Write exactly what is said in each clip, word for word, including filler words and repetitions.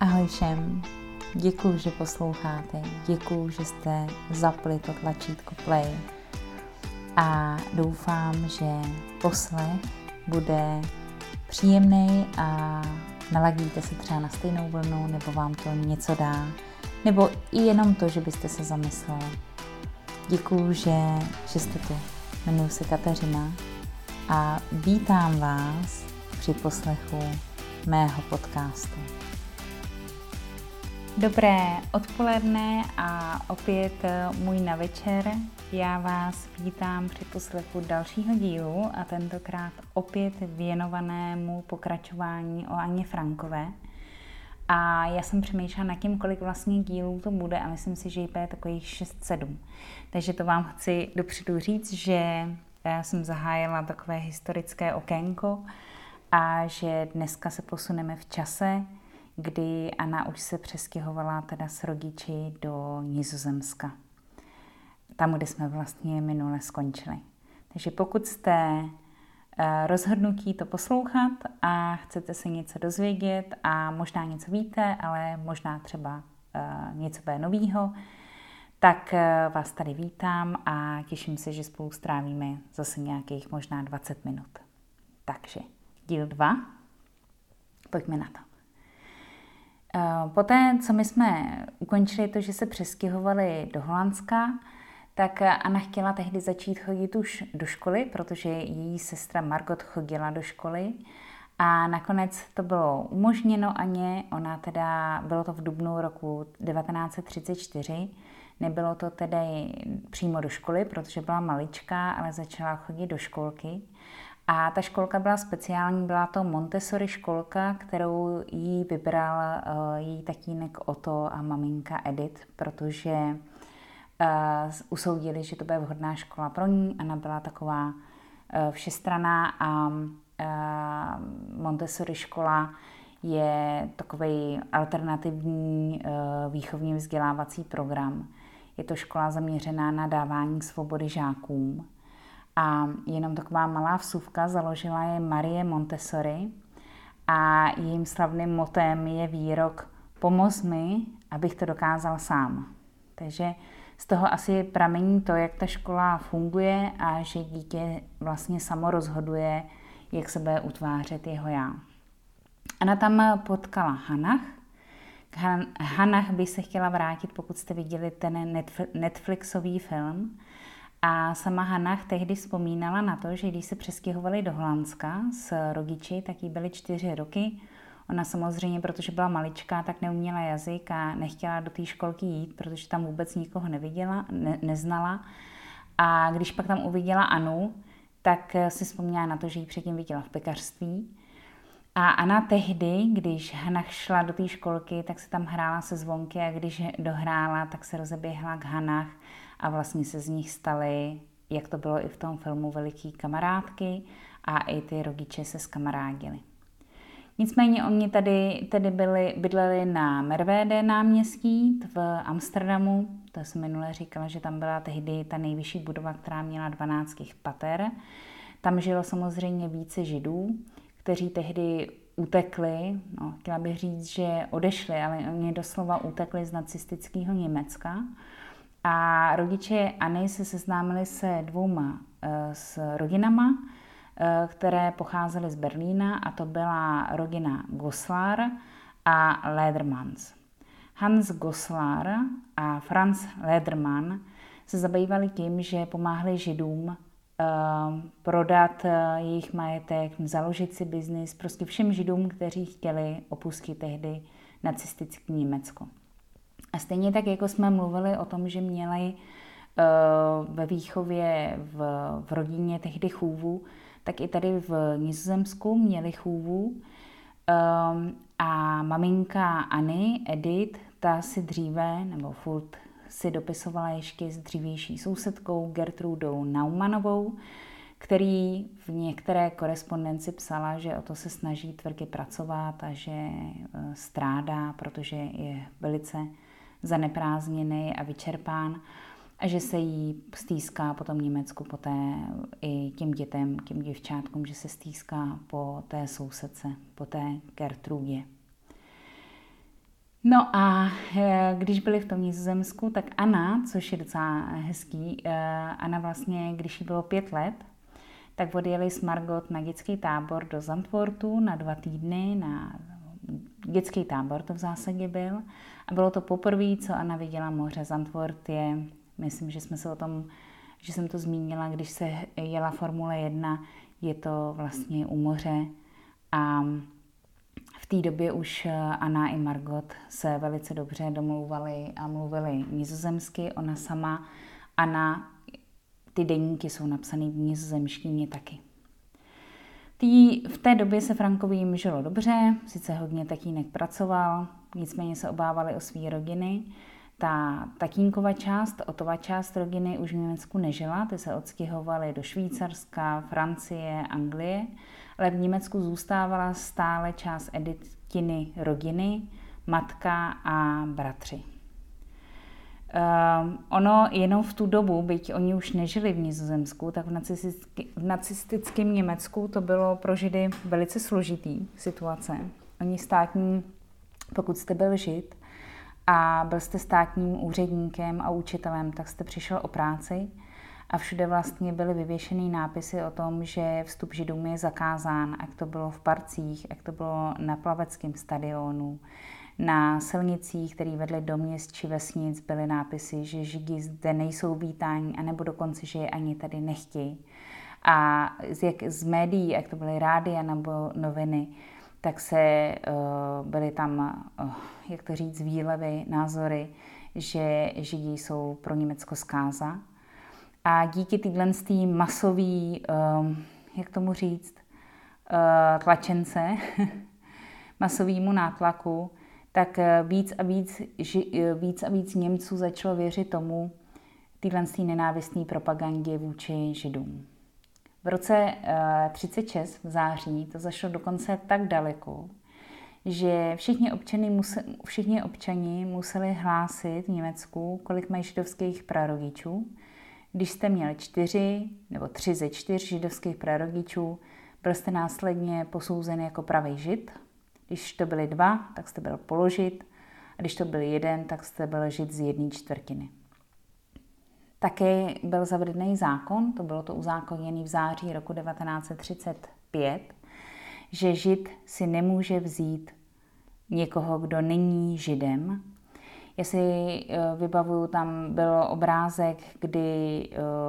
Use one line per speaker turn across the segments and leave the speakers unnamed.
Ahoj všem, děkuju, že posloucháte, děkuju, že jste zapli to tlačítko play a doufám, že poslech bude příjemný a naladíte se třeba na stejnou vlnu, nebo vám to něco dá, nebo i jenom to, že byste se zamysleli. Děkuju, že, že jste tu. Jmenuji se Kateřina a vítám vás při poslechu mého podcastu. Dobré odpoledne a opět můj na večer. Já vás vítám při poslechu dalšího dílu a tentokrát opět věnovanému pokračování o Anně Frankové. A já jsem přemýšlela nad tím, kolik vlastně dílů to bude a myslím si, že je takových šest sedm. Takže to vám chci dopředu říct, že já jsem zahájila takové historické okénko a že dneska se posuneme v čase, kdy Anna už se přestěhovala teda s rodiči do Nizozemska. Tam, kde jsme vlastně minule skončili. Takže pokud jste rozhodnutí to poslouchat a chcete se něco dozvědět a možná něco víte, ale možná třeba něco bude novýho, tak vás tady vítám a těším se, že spolu strávíme zase nějakých možná dvacet minut. Takže díl dva, pojďme na to. Poté, co my jsme ukončili to, že se přestěhovali do Holandska, tak Anna chtěla tehdy začít chodit už do školy, protože její sestra Margot chodila do školy a nakonec to bylo umožněno Aně, ona teda, bylo to v dubnu roku devatenáct set třicet čtyři, nebylo to tedy přímo do školy, protože byla maličká, ale začala chodit do školky. A ta školka byla speciální, byla to Montessori školka, kterou jí vybral uh, její tatínek Otto a maminka Edith, protože uh, usoudili, že to bude vhodná škola pro ní. Ona byla taková uh, všestranná a uh, Montessori škola je takový alternativní uh, výchovně vzdělávací program. Je to škola zaměřená na dávání svobody žákům. A jenom taková malá vsuvka, založila je Marie Montessori a jejím slavným motem je výrok "Pomoz mi, abych to dokázal sám". Takže z toho asi pramení to, jak ta škola funguje a že dítě vlastně samo rozhoduje, jak se bude utvářet jeho já. Ona tam potkala Hannah. K Hannah by se chtěla vrátit, pokud jste viděli ten Netflixový film. A sama Hannah tehdy vzpomínala na to, že když se přestěhovali do Holandska s rodiči, tak jí byly čtyři roky. Ona samozřejmě, protože byla maličká, tak neuměla jazyk a nechtěla do té školky jít, protože tam vůbec nikoho neviděla, ne, neznala. A když pak tam uviděla Anu, tak si vzpomněla na to, že ji předtím viděla v pekařství. A Anna tehdy, když Hannah šla do té školky, tak se tam hrála se zvonky a když dohrála, tak se rozeběhla k Hannah a vlastně se z nich staly, jak to bylo i v tom filmu, veliký kamarádky a i ty rodiče se zkamarádili. Nicméně oni tady, tady byli, bydleli na Merwede náměstí v Amsterdamu. To jsem minule říkala, že tam byla tehdy ta nejvyšší budova, která měla dvanáct pater. Tam žilo samozřejmě více Židů, kteří tehdy utekli, no, chtěla bych říct, že odešli, ale oni doslova utekli z nacistického Německa. A rodiče Anny se seznámili se dvouma s rodinama, které pocházely z Berlína, a to byla rodina Goslar a Ledermans. Hans Goslar a Franz Lederman se zabývali tím, že pomáhali Židům prodat jejich majetek, založit si biznis, prostě všem Židům, kteří chtěli opustit tehdy nacistické Německo. A stejně tak, jako jsme mluvili o tom, že měli uh, ve výchově v, v rodině tehdy chůvu, tak i tady v Nizozemsku měli chůvu. Um, a maminka Anny, Edith, ta si dříve, nebo furt si dopisovala ještě s dřívější sousedkou Gertrudou Naumanovou, který v některé korespondenci psala, že o to se snaží tvrdě pracovat a že uh, strádá, protože je velice zaneprázdněný a vyčerpán a že se jí stýská po tom Německu, poté i těm dětem, těm děvčátkům, že se stýská po té sousedce, po té Gertrudě. No a když byli v tom Nizozemsku, tak Anna, což je docela hezký, Anna vlastně, když jí bylo pět let, tak odjeli s Margot na dětský tábor do Zandvoortu na dva týdny, na dětský tábor to v zásadě byl. A bylo to poprvé, co Anna viděla moře. Zandvoort je, myslím, že jsme se o tom, že jsem to zmínila, když se jela Formule jedna, je to vlastně u moře. A v té době už Anna i Margot se velice dobře domlouvali a mluvili nizozemsky. Ona sama, Anna, ty deníky jsou napsané v nizozemštině taky. Tý, v té době se Frankovi jim žilo dobře, sice hodně tatínek pracoval, nicméně se obávali o své rodiny. Ta tatínkova část, Otova část rodiny už v Německu nežila, ty se odstěhovali do Švýcarska, Francie, Anglie, ale v Německu zůstávala stále část Editiny rodiny, matka a bratři. Uh, ono jenom v tu dobu, byť oni už nežili v Nizozemsku, tak v, nacistický, v nacistickém Německu to bylo pro Židy velice složitý situace. Oni státní, pokud jste byl Žid a byl jste státním úředníkem a učitelem, tak jste přišel o práci a všude vlastně byly vyvěšený nápisy o tom, že vstup Židům je zakázán, jak to bylo v parcích, jak to bylo na plaveckém stadionu. Na silnicích, které vedly do měst či vesnic, byly nápisy, že Židi zde nejsou vítáni, anebo dokonce, že je ani tady nechtějí. A z, jak, z médií, jak to byly rádia nebo noviny, tak se uh, byly tam, uh, jak to říct, výlevy, názory, že Židi jsou pro Německo zkáza. A díky téhle masový, uh, jak tomu říct, uh, tlačence, masovému nátlaku, tak víc a víc, víc a víc Němců začalo věřit tomu, téhle nenávistné propagandě vůči Židům. V roce třicet šest v září to zašlo dokonce tak daleko, že všichni občany, museli, všichni občani museli hlásit v Německu, kolik mají židovských prarodičů. Když jste měli čtyři nebo tři ze čtyř židovských prarodičů, byl jste následně posouzen jako pravý Žid. Když to byly dva, tak jste byl položid, a když to byl jeden, tak jste byl Žid z jedné čtvrtiny. Také byl zavedený zákon, to bylo to uzákoněné v září roku devatenáct set třicet pět, že Žid si nemůže vzít někoho, kdo není Židem. Já si vybavuju, tam byl obrázek, kdy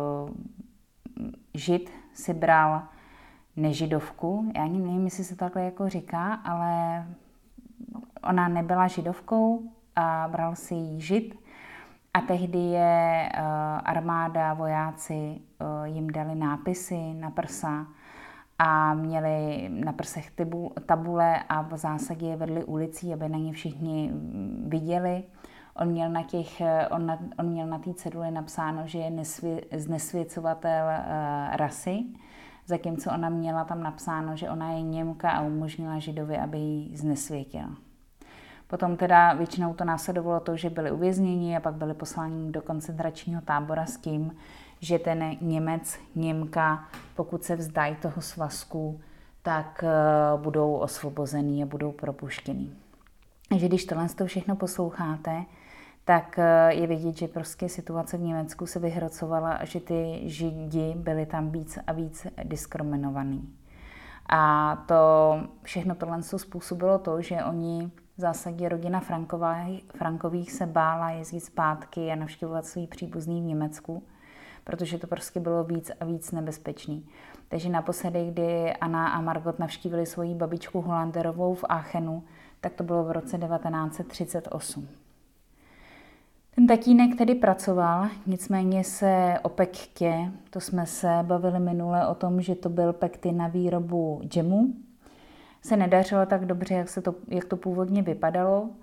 Žid si bral nežidovku, já ani nevím, jestli se to takhle jako říká, ale ona nebyla židovkou a bral si ji Žid a tehdy je uh, armáda, vojáci uh, jim dali nápisy na prsa a měli na prsech tybu, tabule a v zásadě je vedli ulicí, aby na ně všichni viděli. On měl na těch, on, na, on měl na té ceduli napsáno, že je nesvě, znesvěcovatel uh, rasy, zatímco ona měla tam napsáno, že ona je Němka a umožnila Židovi, aby ji znesvětila. Potom teda většinou to následovalo to, že byli uvězněni a pak byli posláni do koncentračního tábora s tím, že ten Němec, Němka, pokud se vzdají toho svazku, tak uh, budou osvobozený a budou propuštěný. Takže když tohle všechno posloucháte, tak je vidět, že prostě situace v Německu se vyhrocovala a že ty Židi byli tam víc a víc diskriminovaní. A to všechno tohle způsobilo to, že oni v zásadě rodina Frankových se bála jezdit zpátky a navštěvovat svý příbuzný v Německu, protože to prostě bylo víc a víc nebezpečný. Takže naposledy, kdy Anna a Margot navštívili svoji babičku Holanderovou v Aachenu, tak to bylo v roce devatenáct set třicet osm. Ten tatínek tedy pracoval, nicméně se o pektě, to jsme se bavili minule o tom, že to byl pekty na výrobu džemu, se nedařilo tak dobře, jak, se to, jak to původně vypadalo. Uh,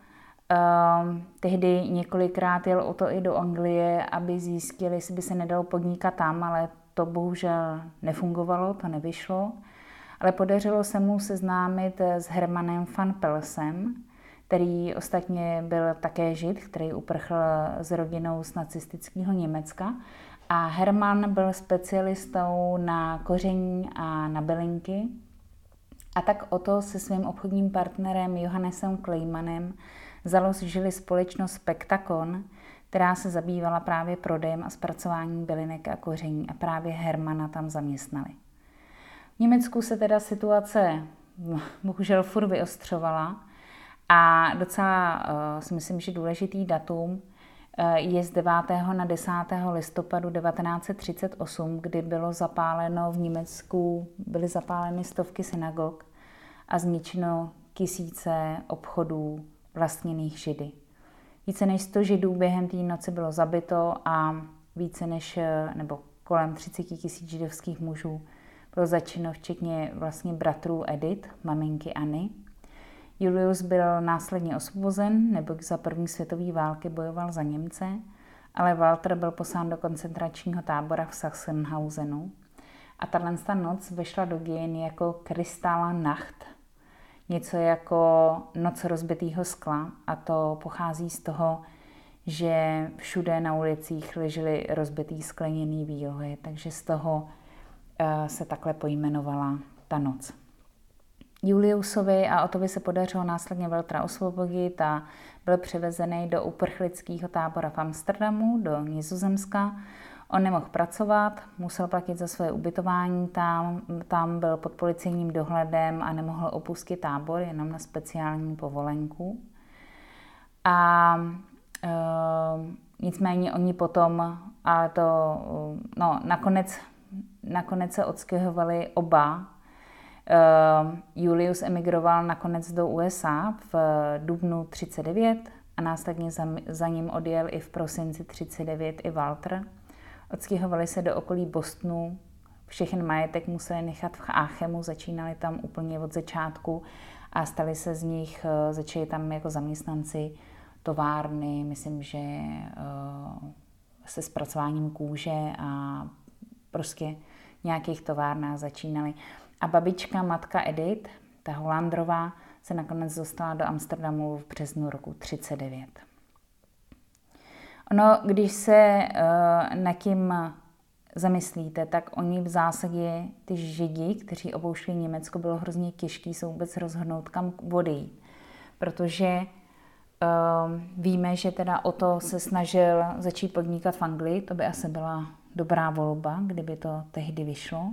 tehdy několikrát jel o to i do Anglie, aby zjistili, jestli by se nedalo podnikat tam, ale to bohužel nefungovalo, to nevyšlo. Ale podařilo se mu seznámit s Hermanem van Pelsem, který ostatně byl také Žid, který uprchl s rodinou z nacistického Německa. A Herman byl specialistou na koření a na bylinky. A tak o to se svým obchodním partnerem Johannesem Kleimanem založili společnost Pectacon, která se zabývala právě prodejem a zpracováním bylinek a koření a právě Hermana tam zaměstnali. V Německu se teda situace bohužel furt vyostřovala a docela uh, si myslím, že důležitý datum uh, je z devátého na desátého listopadu devatenáct set třicet osm, kdy bylo zapáleno v Německu, byly zapáleny stovky synagog a zničeno tisíce obchodů vlastněných Židy. Více než sto Židů během té noci bylo zabito a více než, nebo kolem třicet tisíc židovských mužů bylo začeno, včetně vlastně bratrů Edith, maminky Anny. Julius byl následně osvobozen, neboť za první světové války bojoval za Němce, ale Walter byl poslán do koncentračního tábora v Sachsenhausenu. A tato noc vešla do dějin jako Kristallnacht, něco jako noc rozbitého skla, a to pochází z toho, že všude na ulicích ležely rozbitý skleněný výlohy, takže z toho uh, se takhle pojmenovala ta noc. Juliusovi a Ottovi se podařilo následně Waltera osvobodit a byl převezený do uprchlického tábora v Amsterdamu, do Nizozemska. On nemohl pracovat, musel platit za své ubytování, tam, tam byl pod policejním dohledem a nemohl opustit tábor, jenom na speciální povolenku. A e, nicméně oni potom, ale to, no, nakonec, nakonec se odstěhovali oba. E, Julius emigroval nakonec do U S A v dubnu třicet devět a následně za, za ním odjel i v prosinci třicet devět i Walter. Odstěhovali se do okolí Bostonu, všechny majetek museli nechat v Aachenu, začínali tam úplně od začátku a stali se z nich, začali tam jako zaměstnanci továrny, myslím, že se zpracováním kůže a prostě nějakých továrnách začínali. A babička, matka Edith, ta Holandrová, se nakonec dostala do Amsterdamu v březnu roku třicet devět. Ono, když se uh, nad tím zamyslíte, tak oni v zásadě, ty Židi, kteří opouštěli Německo, bylo hrozně těžké se vůbec rozhodnout, kam odejít. Protože uh, víme, že teda Otto se snažil začít podnikat v Anglii, to by asi byla dobrá volba, kdyby to tehdy vyšlo.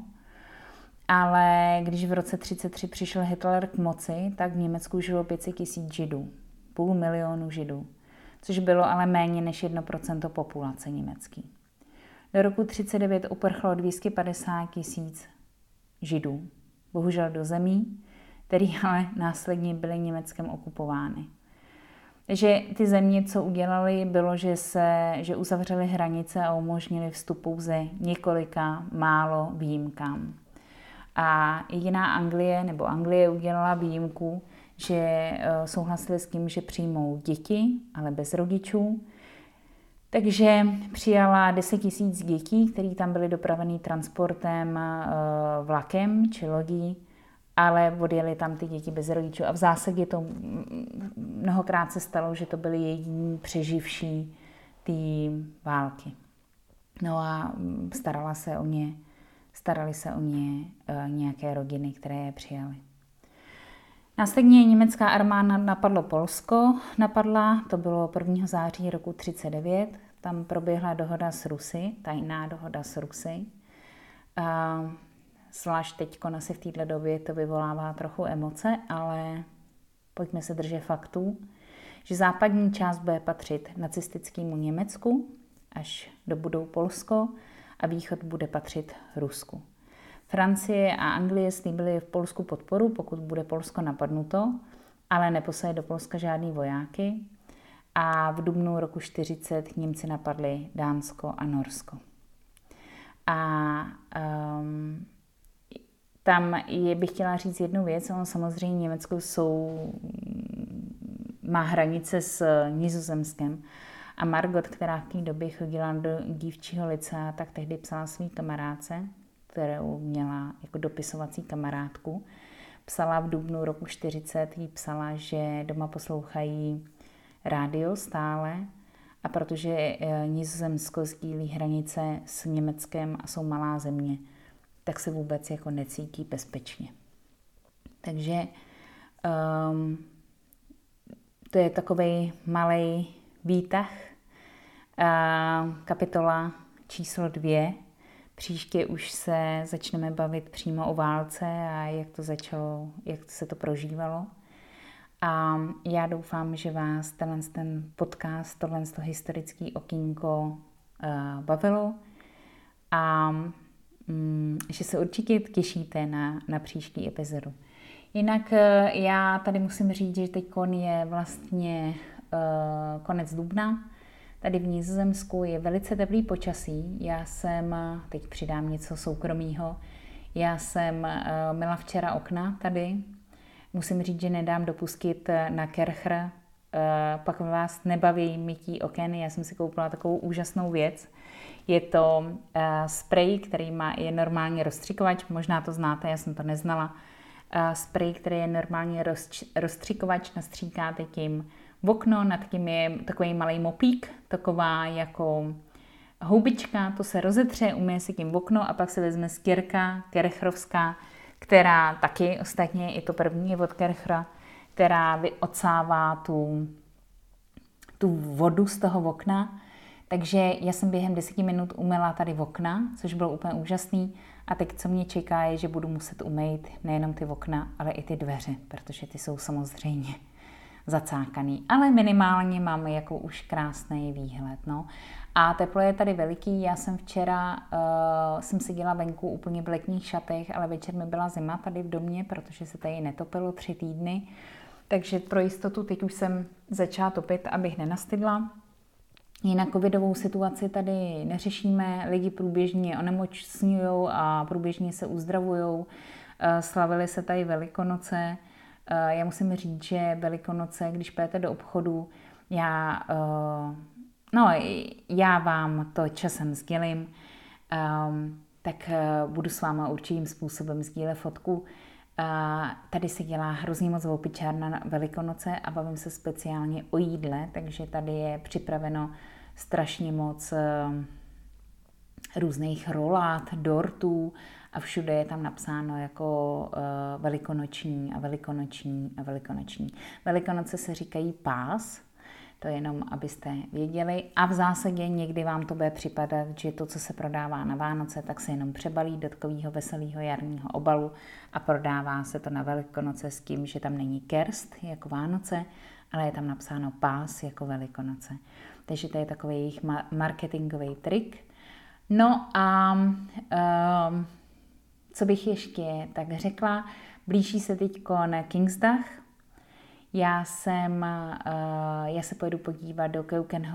Ale když v roce třicet tři přišel Hitler k moci, tak v Německu žilo pět set tisíc Židů, půl milionu Židů, což bylo ale méně než jedno procento populace německý. Do roku třicet devět uprchlo dvě stě padesát tisíc Židů, bohužel do zemí, které ale následně byly Německem okupovány. Takže ty země, co udělali, bylo, že, se, že uzavřeli hranice a umožnili vstup pouze několika málo výjimkám. A jediná Anglie, nebo Anglie udělala výjimku, že souhlasili s tím, že přijmou děti, ale bez rodičů. Takže přijala deset tisíc dětí, které tam byly dopravený transportem, vlakem či lodí, ale odjeli tam ty děti bez rodičů. A v zásadě to mnohokrát se stalo, že to byly jediní přeživší té války. No a starala se o ně, starali se o ně nějaké rodiny, které je přijaly. Následně německá armáda napadla Polsko, napadla, to bylo prvního září roku třicet devět, tam proběhla dohoda s Rusy, tajná dohoda s Rusy. A zvlášť teď, asi v této době, to vyvolává trochu emoce, ale pojďme se držet faktů, že západní část bude patřit nacistickému Německu, až dobudou Polsko, a východ bude patřit Rusku. Francie a Anglie slíbily v Polsku podporu, pokud bude Polsko napadnuto, ale neposlali do Polska žádný vojáky. A v dubnu roku čtyřicet Němci napadli Dánsko a Norsko. A um, tam je, bych chtěla říct jednu věc, ono samozřejmě Německo jsou, má hranice s Nizozemskem. A Margot, která v té době chodila do dívčího licea, tak tehdy psala svý kamarádce, kterou měla jako dopisovací kamarádku. Psala v dubnu roku čtyřicet, jí psala, že doma poslouchají rádio stále, a protože Nizozemsko sdílí hranice s Německem a jsou malá země, tak se vůbec jako necítí bezpečně. Takže um, to je takovej malej výtah, uh, kapitola číslo dvě. Příště už se začneme bavit přímo o válce a jak to začalo, jak se to prožívalo. A já doufám, že vás tenhle ten podcast, tohle historické okýnko uh, bavilo a um, že se určitě těšíte na, na příští epizodu. Jinak uh, já tady musím říct, že teď je vlastně uh, konec dubna. Tady v Nizozemsku je velice teplý počasí. Já jsem, teď přidám něco soukromého, já jsem uh, myla včera okna tady. Musím říct, že nedám dopustit na Kercher, uh, pak vás nebaví mytí oken. Já jsem si koupila takovou úžasnou věc. Je to uh, sprej, který má, je normálně rozstřikovač, možná to znáte, já jsem to neznala. Uh, sprej, který je normálně roz, rozstřikovač, nastříkáte tím v okno, nad tím je takový malý mopík, taková jako houbička, to se rozetře, umije si tím v okno a pak se vezme skěrka kerchrovská, která taky, ostatně i to první je od Kerchera, která odsává tu, tu vodu z toho okna. Takže já jsem během deseti minut umyla tady v okna, což bylo úplně úžasný. A teď, co mě čeká, je, že budu muset umýt nejenom ty okna, ale i ty dveře, protože ty jsou samozřejmě zacákaný. Ale minimálně máme jako už krásný výhled. No. A teplo je tady veliký. Já jsem včera uh, jsem seděla venku úplně v letních šatech, ale večer mi byla zima tady v domě, protože se tady netopilo tři týdny. Takže pro jistotu teď už jsem začala topit, abych nenastydla. Jinak covidovou situaci tady neřešíme, lidi průběžně onemocňují a průběžně se uzdravují. Slavily se tady Velikonoce. Já musím říct, že Velikonoce, když půjdete do obchodu, já, no, já vám to časem sdělím, tak budu s váma určitým způsobem sdílet fotku. Tady se dělá hrozně moc opičárna na Velikonoce a bavím se speciálně o jídle, takže tady je připraveno strašně moc různých rolát, dortů a všude je tam napsáno jako velikonoční a velikonoční a velikonoční. Velikonoce se říkají pás, to je jenom, abyste věděli. A v zásadě někdy vám to bude připadat, že to, co se prodává na Vánoce, tak se jenom přebalí do takového veselého jarního obalu a prodává se to na Velikonoce s tím, že tam není kerst jako Vánoce, ale je tam napsáno pás jako Velikonoce. Takže to je takový jejich marketingový trik. No a um, co bych ještě tak řekla, blíží se teď na Kingsdag. Já jsem, uh, já se pojedu podívat do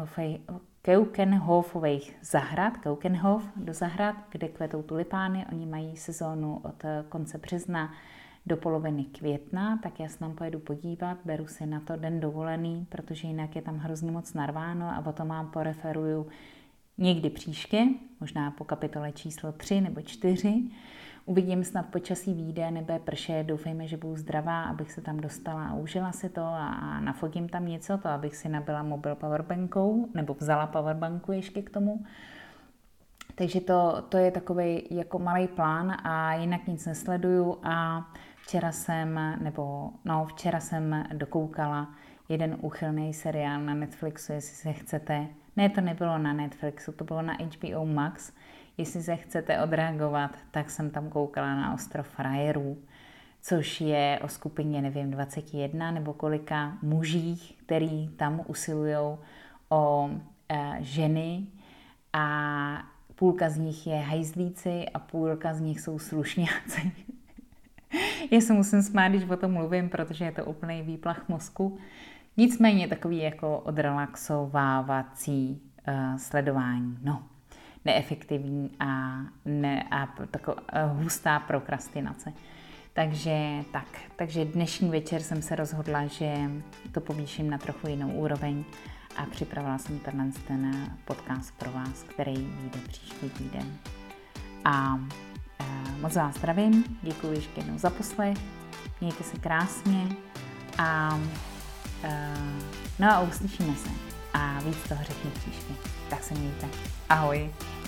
Keukenhofových zahrad, Keukenhof do zahrad, kde kvetou tulipány. Oni mají sezónu od konce března do poloviny května, tak já se tam pojedu podívat, beru si na to den dovolený, protože jinak je tam hrozně moc narváno a o tom vám poreferuju někdy příště, možná po kapitole číslo tři nebo čtyři. Uvidím, snad počasí vyjde, nebude pršet, doufejme, že budu zdravá, abych se tam dostala a užila si to a nafotím tam něco, to abych si nabila mobil powerbankou, nebo vzala powerbanku ještě k tomu. Takže to, to je takový jako malý plán a jinak nic nesleduju a včera jsem, nebo no, včera jsem dokoukala jeden úchylný seriál na Netflixu, jestli se chcete, ne, to nebylo na Netflixu, to bylo na H B O Max, jestli se chcete odreagovat, tak jsem tam koukala na Ostrov frajerů, což je o skupině, nevím, dvacet jedna nebo kolika mužích, který tam usilují o e, ženy a půlka z nich je hajzlíci a půlka z nich jsou slušňáci. Já se musím smát, když o tom mluvím, protože je to úplný výplach mozku. Nicméně takový jako odrelaxovávací uh, sledování. No, neefektivní a, ne, a tako, uh, hustá prokrastinace. Takže tak, takže dnešní večer jsem se rozhodla, že to povýším na trochu jinou úroveň a připravila jsem tenhle ten podcast pro vás, který vyjde příští týden. A uh, moc vás zdravím, děkuji ještě jednou za poslech, mějte se krásně a uh, no a uslyšíme se a víc toho řeknu příště. Tak se mějte. Ahoj.